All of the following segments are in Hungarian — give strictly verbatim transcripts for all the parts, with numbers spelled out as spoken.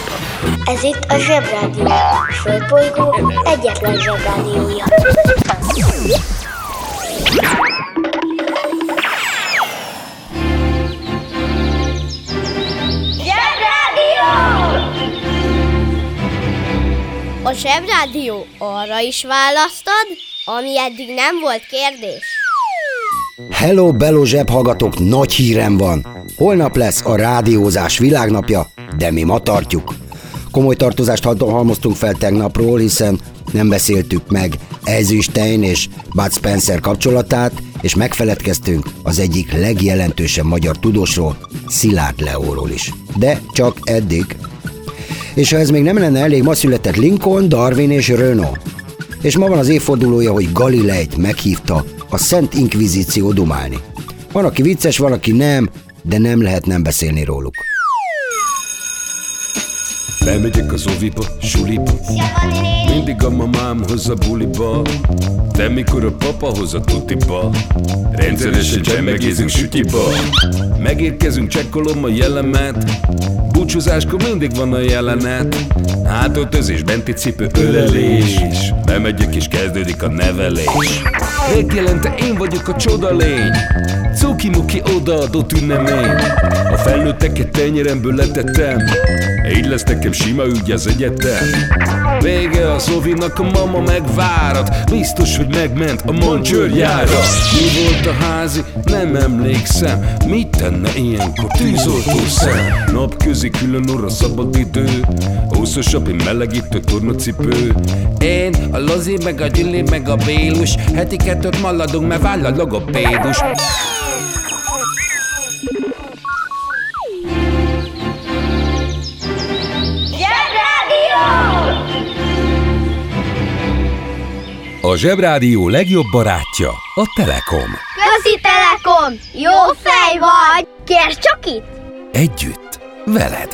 Ez itt a Zsebrádió, a Földbolygó egyetlen Zsebrádiója. Zsebrádió! A Zsebrádió arra is választad, ami eddig nem volt kérdés. Hello, bello zsebhallgatók, nagy hírem van! Holnap lesz a rádiózás világnapja, de mi ma tartjuk. Komoly tartozást halmoztunk fel tegnapról, hiszen nem beszéltük meg Eisenstein és Bud Spencer kapcsolatát, és megfeledkeztünk az egyik legjelentősebb magyar tudósról, Szilárd Leóról is. De csak eddig. És ha ez még nem lenne elég, ma született Lincoln, Darwin és Renault. És ma van az évfordulója, hogy Galileit meghívta a Szent Inkvizíció dumálni. Van, aki vicces, van, aki nem, de nem lehet nem beszélni róluk. Bemegyek az oviba, suliba, mindig a mamám hoz a buliba, de mikor a papa hoz a tutiba, rendszeresen csemmegézünk sütiba. Megérkezünk, csekkolom a jellemet, búcsúzáskor mindig van a jelenet, hátöltözés, benti cipő, ölelés, bemegyek és kezdődik a nevelés. Megjelente én vagyok a csodalény, cuki-muki odaadott ünnemény, a felnőtteket tenyeremből letettem, így lesz nekem sima ügy az egyetem. Vége az ovinak, a mama megvárat, biztos, hogy megment a mancsőrjára. Mi volt a házi? Nem emlékszem. Mit tenne ilyenkor tűzoltó szem? Napközi külön orra szabad idő, húszosabb, én melegítő tornacipő. Én, a Lozi, meg a Gyüli, meg a Bélus, heti kettőt maladunk, mert váll a logopédus. A Zsebrádió legjobb barátja a Telekom. Köszi Telekom! Jó fej vagy! Kérd csak itt! Együtt, veled!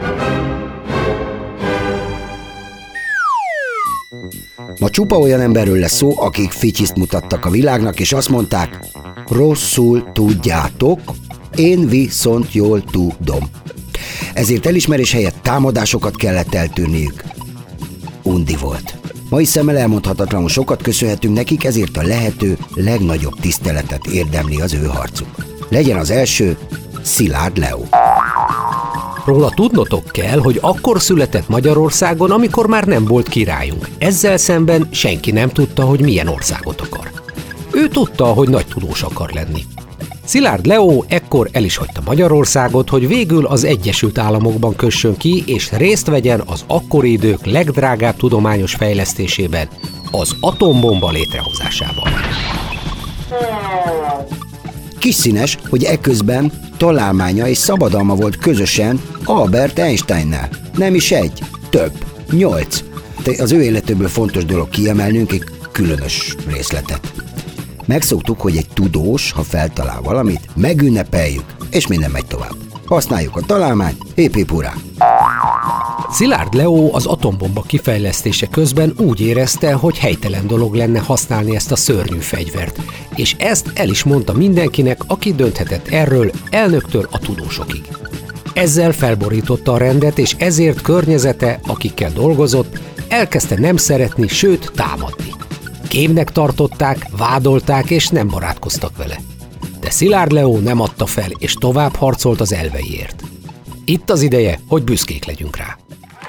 Ma csupa olyan emberről lesz szó, akik fityiszt mutattak a világnak, és azt mondták, rosszul tudjátok, én viszont jól tudom. Ezért elismerés helyett támadásokat kellett eltűrniük. Undi volt. Mai szemmel elmondhatatlanul sokat köszönhetünk nekik, ezért a lehető legnagyobb tiszteletet érdemli az ő harcuk. Legyen az első Szilárd Leó. Róla tudnotok kell, hogy akkor született Magyarországon, amikor már nem volt királyunk. Ezzel szemben senki nem tudta, hogy milyen országot akar. Ő tudta, hogy nagy tudós akar lenni. Szilárd Leó ekkor el is hagyta Magyarországot, hogy végül az Egyesült Államokban kössön ki, és részt vegyen az akkori idők legdrágább tudományos fejlesztésében, az atombomba létrehozásában. Kis színes, hogy eközben találmánya és szabadalma volt közösen Albert Einsteinnel. Nem is egy, több, nyolc. Az ő életéből fontos dolog kiemelnünk egy különös részletet. Megszoktuk, hogy egy tudós, ha feltalál valamit, megünnepeljük, és minden megy tovább. Használjuk a találmányt, hip-hip hurrá! Szilárd Leó az atombomba kifejlesztése közben úgy érezte, hogy helytelen dolog lenne használni ezt a szörnyű fegyvert, és ezt el is mondta mindenkinek, aki dönthetett erről, elnöktől a tudósokig. Ezzel felborította a rendet, és ezért környezete, akikkel dolgozott, elkezdte nem szeretni, sőt támadni. Kémnek tartották, vádolták és nem barátkoztak vele. De Szilárd Leó nem adta fel, és tovább harcolt az elveiért. Itt az ideje, hogy büszkék legyünk rá.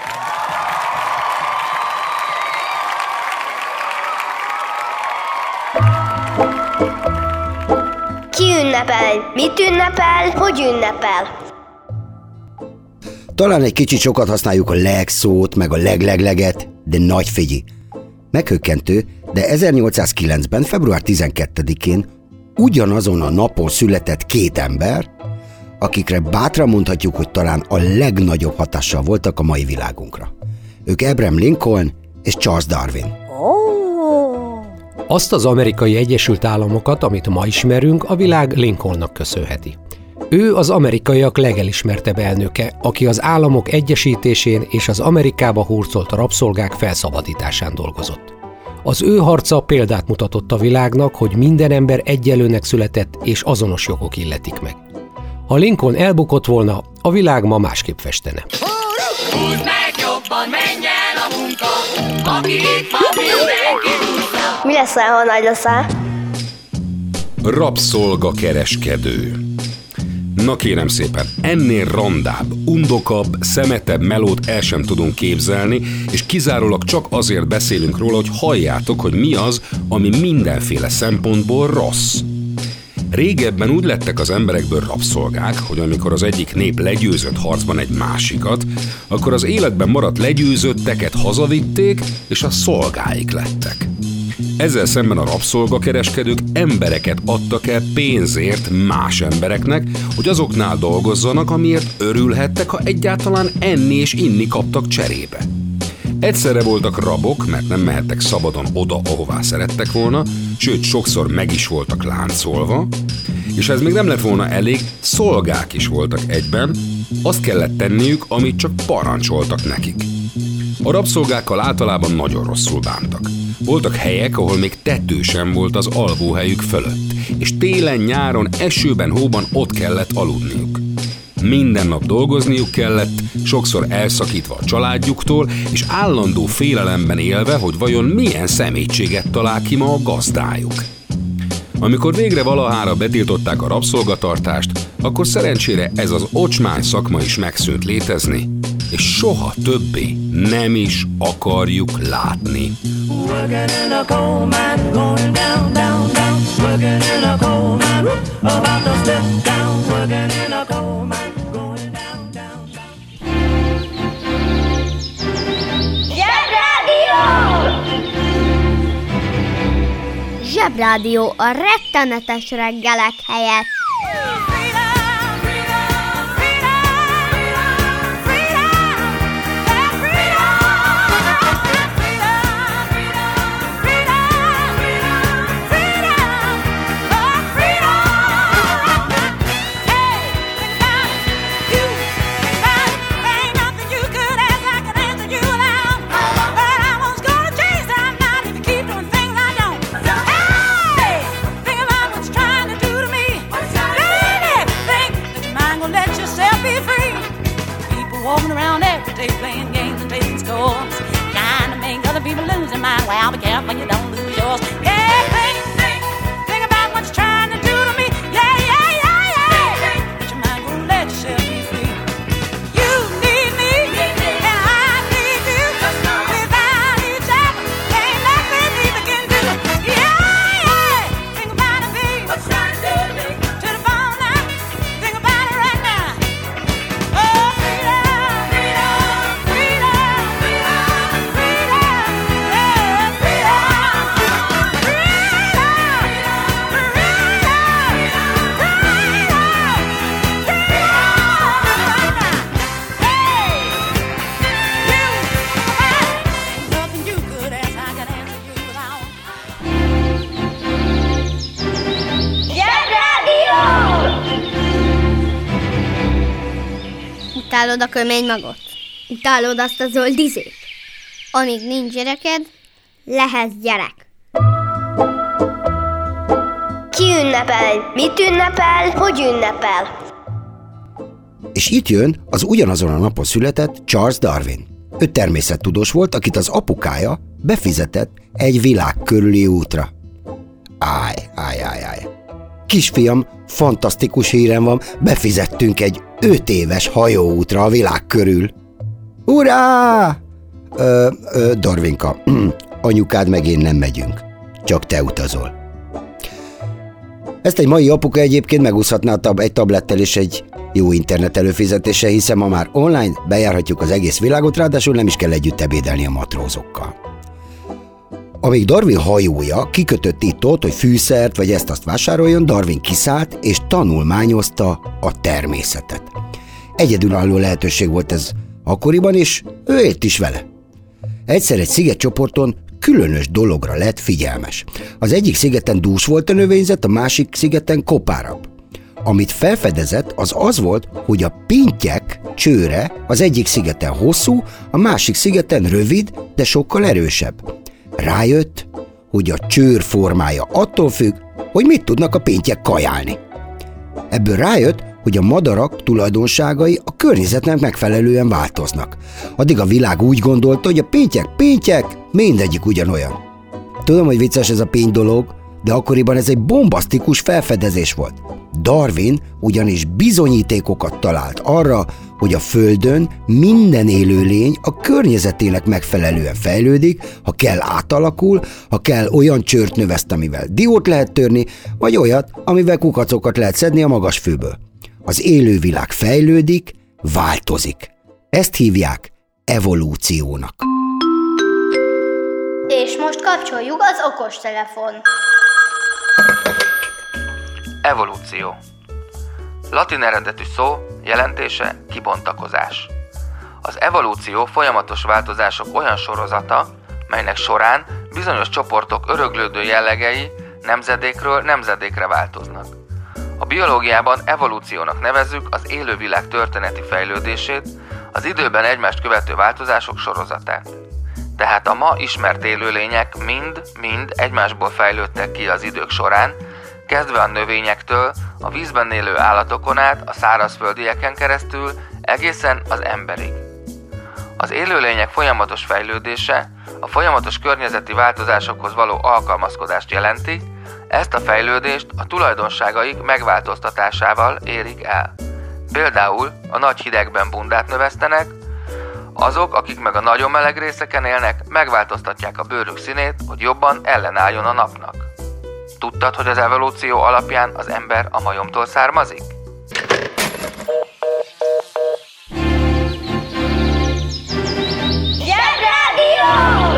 Ki ünnepel? Mit ünnepel? Hogy ünnepel? Talán egy kicsit sokat használjuk a leg szót, meg a leg-leg-leget, de nagy figyi. Meghökkentő, de ezernyolcszázkilencben, február tizenkettedikén ugyanazon a napon született két ember, akikre bátran mondhatjuk, hogy talán a legnagyobb hatással voltak a mai világunkra. Ők Abraham Lincoln és Charles Darwin. Azt az Amerikai Egyesült Államokat, amit ma ismerünk, a világ Lincolnnak köszönheti. Ő az amerikaiak legelismertebb elnöke, aki az államok egyesítésén és az Amerikába hurcolt rabszolgák felszabadításán dolgozott. Az ő harca példát mutatott a világnak, hogy minden ember egyenlőnek született és azonos jogok illetik meg. Ha Lincoln elbukott volna, a világ ma másképp festene. Húzd meg jobban, menjen a munka, aki itt van, mindenki húzza. Mi leszel, ha nagy leszel? Rabszolgakereskedő. Na kérem szépen, ennél randább, undokabb, szemetebb melót el sem tudunk képzelni, és kizárólag csak azért beszélünk róla, hogy halljátok, hogy mi az, ami mindenféle szempontból rossz. Régebben úgy lettek az emberekből rabszolgák, hogy amikor az egyik nép legyőzött harcban egy másikat, akkor az életben maradt legyőzötteket hazavitték, és a szolgáik lettek. Ezzel szemben a rabszolgakereskedők embereket adtak el pénzért más embereknek, hogy azoknál dolgozzanak, amiért örülhettek, ha egyáltalán enni és inni kaptak cserébe. Egyszerre voltak rabok, mert nem mehettek szabadon oda, ahová szerettek volna, sőt, sokszor meg is voltak láncolva, és ha ez még nem lett volna elég, szolgák is voltak egyben, azt kellett tenniük, amit csak parancsoltak nekik. A rabszolgákkal általában nagyon rosszul bántak. Voltak helyek, ahol még tető sem volt az alvóhelyük fölött, és télen, nyáron, esőben, hóban ott kellett aludniuk. Minden nap dolgozniuk kellett, sokszor elszakítva a családjuktól, és állandó félelemben élve, hogy vajon milyen szemétséget talál ki ma a gazdájuk. Amikor végre valahára betiltották a rabszolgatartást, akkor szerencsére ez az ocsmány szakma is megszűnt létezni, és soha többé nem is akarjuk látni. Zsebrádió a rettenetes reggelek helyett. Walking around every day playing games and taking scores, trying to make other people lose their mind. Well, be careful you don't lose yours. Yeah, think, think, think about what you're trying to do to me. Yeah, yeah, yeah, yeah. But your mind won't let yourself be free. You need me, and I need you. Without each other, ain't nothing either can do. Yeah, yeah. Think about it, baby. What you trying to do to me? To the phone now. Think about it right now. Oh, freedom. Utálod a kömény magot? Utálod azt a zöld izét? Amíg nincs gyereked, lehetsz gyerek. Ki ünnepel? Mit ünnepel? Hogy ünnepel? És itt jön az ugyanazon a napon született Charles Darwin. Ő természettudós volt, akit az apukája befizetett egy világ körüli útra. Áj, áj, áj, áj. Kisfiam, fantasztikus hírem van, befizettünk egy öt éves hajóútra a világ körül. Urá! Ö, ö, Darwinka, anyukád meg én nem megyünk, csak te utazol. Ezt egy mai apuka egyébként megúszhatná egy tablettel és egy jó internet előfizetéssel, hiszen ma már online bejárhatjuk az egész világot, ráadásul nem is kell együtt ebédelni a matrózokkal. Amíg Darwin hajója kikötött itt-ott, hogy fűszert vagy ezt-azt vásároljon, Darwin kiszállt és tanulmányozta a természetet. Egyedülálló lehetőség volt ez akkoriban, és ő élt is vele. Egyszer egy szigetcsoporton különös dologra lett figyelmes. Az egyik szigeten dús volt a növényzet, a másik szigeten kopárabb. Amit felfedezett, az az volt, hogy a pintyek csőre az egyik szigeten hosszú, a másik szigeten rövid, de sokkal erősebb. Rájött, hogy a csőr formája attól függ, hogy mit tudnak a pintyek kajálni. Ebből rájött, hogy a madarak tulajdonságai a környezetnek megfelelően változnak. Addig a világ úgy gondolta, hogy a péntyek péntyek, mindegyik ugyanolyan. Tudom, hogy vicces ez a pénty dolog, de akkoriban ez egy bombasztikus felfedezés volt. Darwin ugyanis bizonyítékokat talált arra, hogy a Földön minden élőlény a környezetének megfelelően fejlődik, ha kell átalakul, ha kell olyan csőrt növeszt, amivel diót lehet törni, vagy olyat, amivel kukacokat lehet szedni a magas főből. Az élővilág fejlődik, változik. Ezt hívják evolúciónak. És most kapcsoljuk az okostelefon. Evolúció. Latin eredetű szó, jelentése kibontakozás. Az evolúció folyamatos változások olyan sorozata, melynek során bizonyos csoportok öröklődő jellegei nemzedékről nemzedékre változnak. A biológiában evolúciónak nevezzük az élővilág történeti fejlődését, az időben egymást követő változások sorozatát. Tehát a ma ismert élőlények mind-mind egymásból fejlődtek ki az idők során, kezdve a növényektől, a vízben élő állatokon át, a szárazföldieken keresztül, egészen az emberig. Az élőlények folyamatos fejlődése a folyamatos környezeti változásokhoz való alkalmazkodást jelenti, ezt a fejlődést a tulajdonságaik megváltoztatásával érik el. Például a nagy hidegben bundát növesztenek, azok, akik meg a nagyon meleg részeken élnek, megváltoztatják a bőrük színét, hogy jobban ellenálljon a napnak. Tudtad, hogy az evolúció alapján az ember a majomtól származik? Zsebrádió!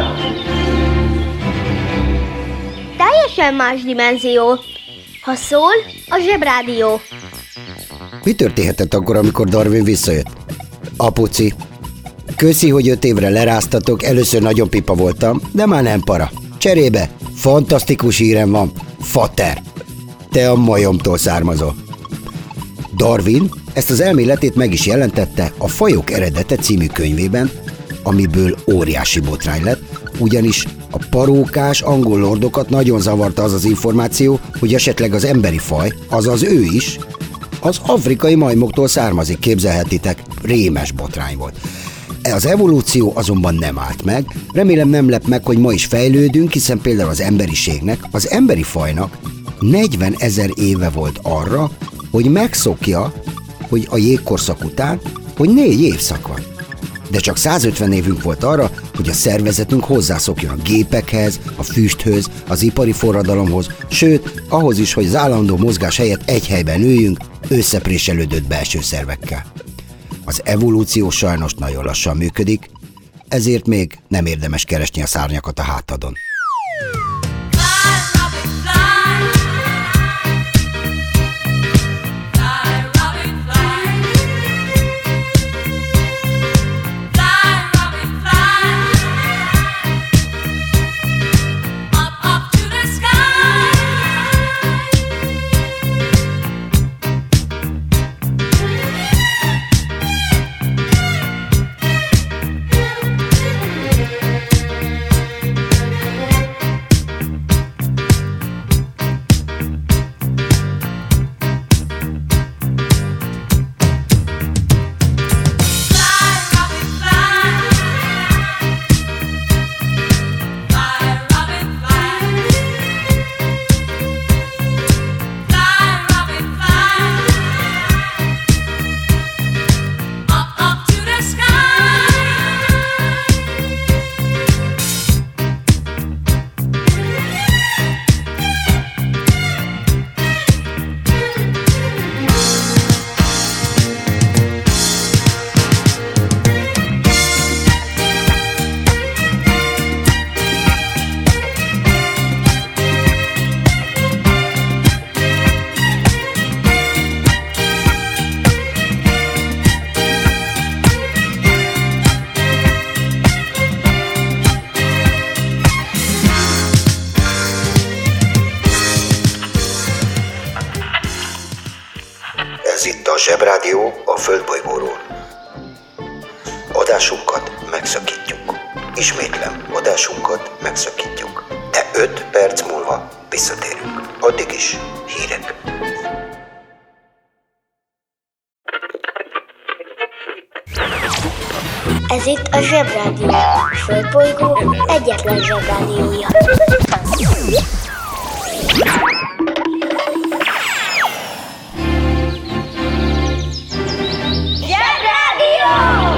Teljesen más dimenzió. Ha szól, a Zsebrádió. Mi történhetett akkor, amikor Darwin visszajött? Apuci, köszi, hogy öt évre leráztatok, először nagyon pipa voltam, de már nem para. Cserébe fantasztikus hírem van, fater, te a majomtól származol. Darwin ezt az elméletét meg is jelentette a Fajok eredete című könyvében, amiből óriási botrány lett, ugyanis a parókás angol lordokat nagyon zavarta az az információ, hogy esetleg az emberi faj, azaz ő is, az afrikai majmoktól származik, képzelhetitek, rémes botrány volt. Az evolúció azonban nem állt meg, remélem nem lep meg, hogy ma is fejlődünk, hiszen például az emberiségnek, az emberi fajnak negyvenezer éve volt arra, hogy megszokja, hogy a jégkorszak után, hogy négy évszak van. De csak százötven évünk volt arra, hogy a szervezetünk hozzászokjon a gépekhez, a füsthöz, az ipari forradalomhoz, sőt, ahhoz is, hogy az állandó mozgás helyett egy helyben üljünk, összepréselődött belső szervekkel. Az evolúció sajnos nagyon lassan működik, ezért még nem érdemes keresni a szárnyakat a hátadon. Ez itt a Zsebrádió a Földbolygóról. Adásunkat megszakítjuk. Ismétlem, adásunkat megszakítjuk. De öt perc múlva visszatérünk. Addig is hírek. Ez itt a Zsebrádió. A Földbolygó egyetlen Zsebrádiója. Zsebrádió!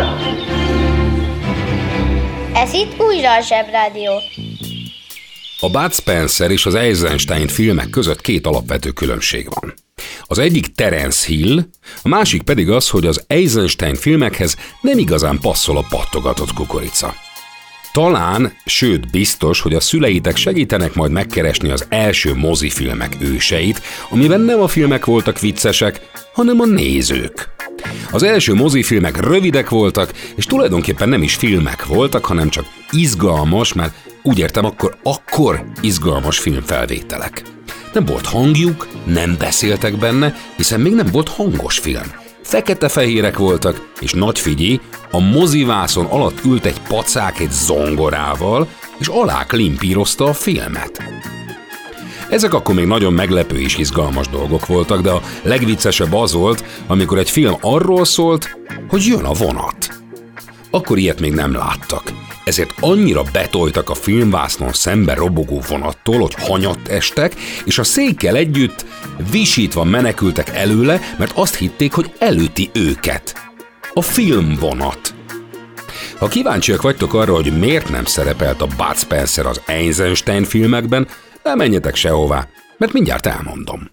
Ez itt újra a Zsebrádió. A Bud Spencer és az Eisenstein filmek között két alapvető különbség van. Az egyik Terence Hill, a másik pedig az, hogy az Eisenstein filmekhez nem igazán passzol a pattogatott kukorica. Talán, sőt biztos, hogy a szüleitek segítenek majd megkeresni az első mozifilmek őseit, amiben nem a filmek voltak viccesek, hanem a nézők. Az első mozifilmek rövidek voltak, és tulajdonképpen nem is filmek voltak, hanem csak izgalmas, mert úgy értem, akkor, akkor izgalmas filmfelvételek. Nem volt hangjuk, nem beszéltek benne, hiszen még nem volt hangos film. Fekete-fehérek voltak, és nagy figyelj, a mozivászon alatt ült egy pacák egy zongorával, és alá klimpírozta a filmet. Ezek akkor még nagyon meglepő és izgalmas dolgok voltak, de a legviccesebb az volt, amikor egy film arról szólt, hogy jön a vonat. Akkor ilyet még nem láttak. Ezért annyira betoltak a filmvásznon szembe robogó vonattól, hogy hanyatt estek, és a székkel együtt visítva menekültek előle, mert azt hitték, hogy elüti őket. A filmvonat. Ha kíváncsiak vagytok arra, hogy miért nem szerepelt a Bud Spencer az Eisenstein filmekben, nem menjetek sehová, mert mindjárt elmondom.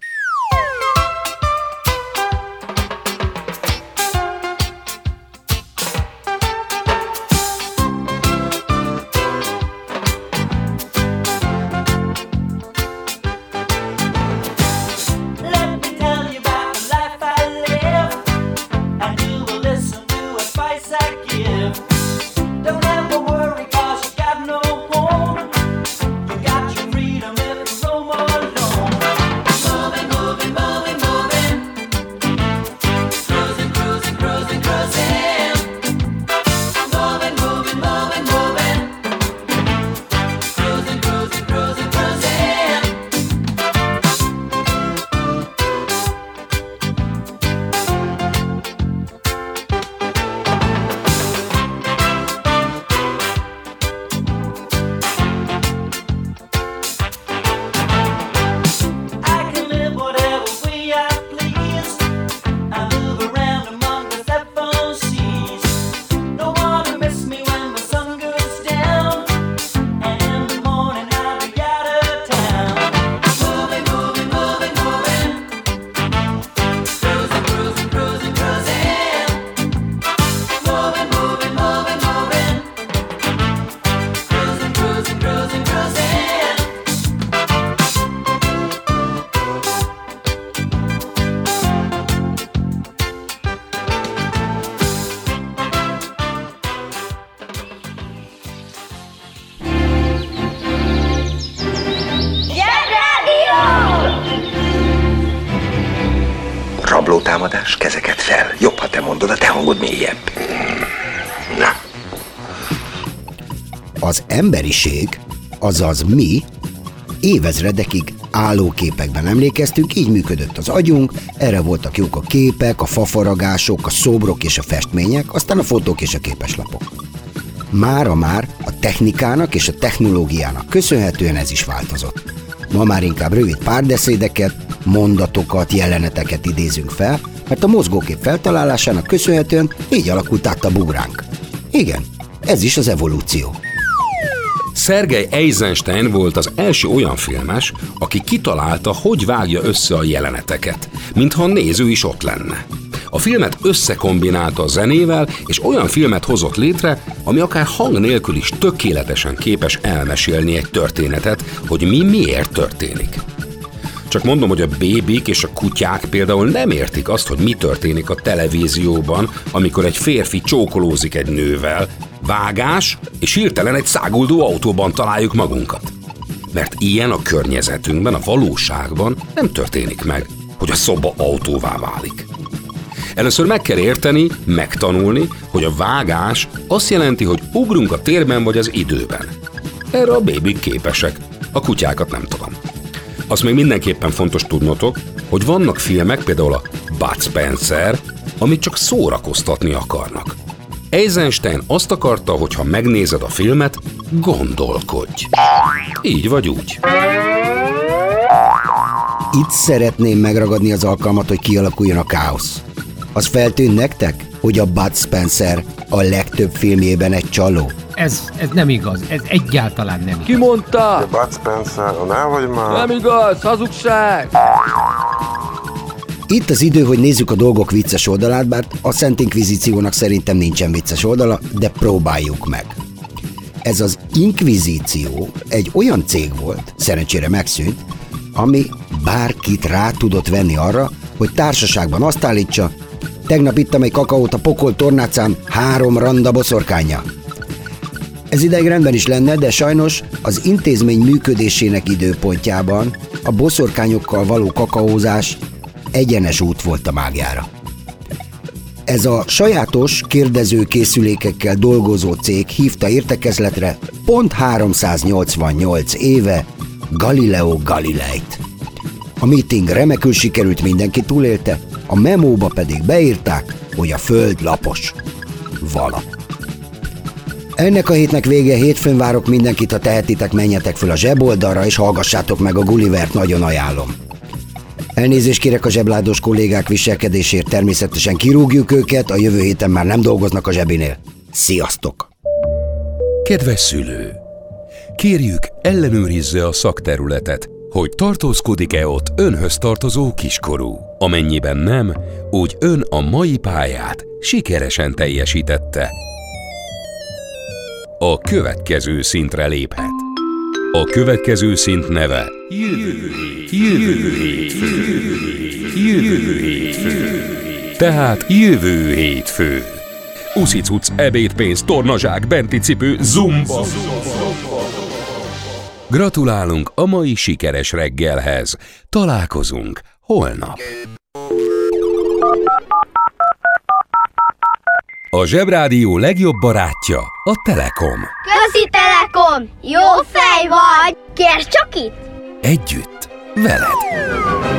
Rablótámadás, kezeket fel. Jobb, ha te mondod, a te hangod mélyebb. Na. Az emberiség, azaz mi, évezredekig állóképekben emlékeztünk, így működött az agyunk, erre voltak jók a képek, a fafaragások, a szobrok és a festmények, aztán a fotók és a képeslapok. Mára már a technikának és a technológiának köszönhetően ez is változott. Ma már inkább rövid párbeszédeket, mondatokat, jeleneteket idézünk fel, mert a mozgókép feltalálásának köszönhetően így alakult át a búránk. Igen, ez is az evolúció. Sergei Eisenstein volt az első olyan filmes, aki kitalálta, hogy vágja össze a jeleneteket, mintha a néző is ott lenne. A filmet összekombinálta a zenével, és olyan filmet hozott létre, ami akár hang nélkül is tökéletesen képes elmesélni egy történetet, hogy mi miért történik. Csak mondom, hogy a bébik és a kutyák például nem értik azt, hogy mi történik a televízióban, amikor egy férfi csókolózik egy nővel, vágás, és hirtelen egy száguldó autóban találjuk magunkat. Mert ilyen a környezetünkben, a valóságban nem történik meg, hogy a szoba autóvá válik. Először meg kell érteni, megtanulni, hogy a vágás azt jelenti, hogy ugrunk a térben vagy az időben. Erre a bébik képesek, a kutyákat nem tudom. Azt még mindenképpen fontos tudnotok, hogy vannak filmek, például a Bud Spencer, amit csak szórakoztatni akarnak. Eisenstein azt akarta, hogy ha megnézed a filmet, gondolkodj. Így vagy úgy. Itt szeretném megragadni az alkalmat, hogy kialakuljon a káosz. Az feltűnt nektek, hogy a Bud Spencer a legtöbb filmjében egy csaló? Ez, ez nem igaz, ez egyáltalán nem igaz. Ki mondta? Bud Spencer, ne vagy már. Nem igaz, hazugság! Itt az idő, hogy nézzük a dolgok vicces oldalát, bár a Szent Inkvizíciónak szerintem nincsen vicces oldala, de próbáljuk meg. Ez az Inkvizíció egy olyan cég volt, szerencsére megszűnt, ami bárkit rá tudott venni arra, hogy társaságban azt állítsa, tegnap ittam egy kakaót a pokol tornácán három randa boszorkánnyal. Ez ideig rendben is lenne, de sajnos az intézmény működésének időpontjában a boszorkányokkal való kakaózás egyenes út volt a mágiára. Ez a sajátos kérdezőkészülékekkel dolgozó cég hívta értekezletre pont háromszáznyolcvannyolc éve Galileo Galileit. A meeting remekül sikerült, mindenki túlélte, a memóba pedig beírták, hogy a Föld lapos. Vala. Ennek a hétnek vége, hétfőn várok mindenkit, ha tehetitek, menjetek föl a zseboldalra, és hallgassátok meg a Gullivert, nagyon ajánlom. Elnézést kérek a zsebládos kollégák viselkedésért, természetesen kirúgjuk őket, a jövő héten már nem dolgoznak a zsebinél. Sziasztok! Kedves szülő! Kérjük, ellenőrizze a szakterületet, hogy tartózkodik-e ott önhöz tartozó kiskorú. Amennyiben nem, úgy ön a mai pályát sikeresen teljesítette. A következő szintre léphet. A következő szint neve Jövő hét, jövő hétfő, jövő hétfő. Tehát jövő hétfő. Uszicuc, ebédpénz, tornazsák, benti cipő, zumba. Gratulálunk a mai sikeres reggelhez. Találkozunk holnap. A Zsebrádió legjobb barátja a Telekom. Köszi Telekom! Jó fej vagy! Kérd csak itt! Együtt, veled!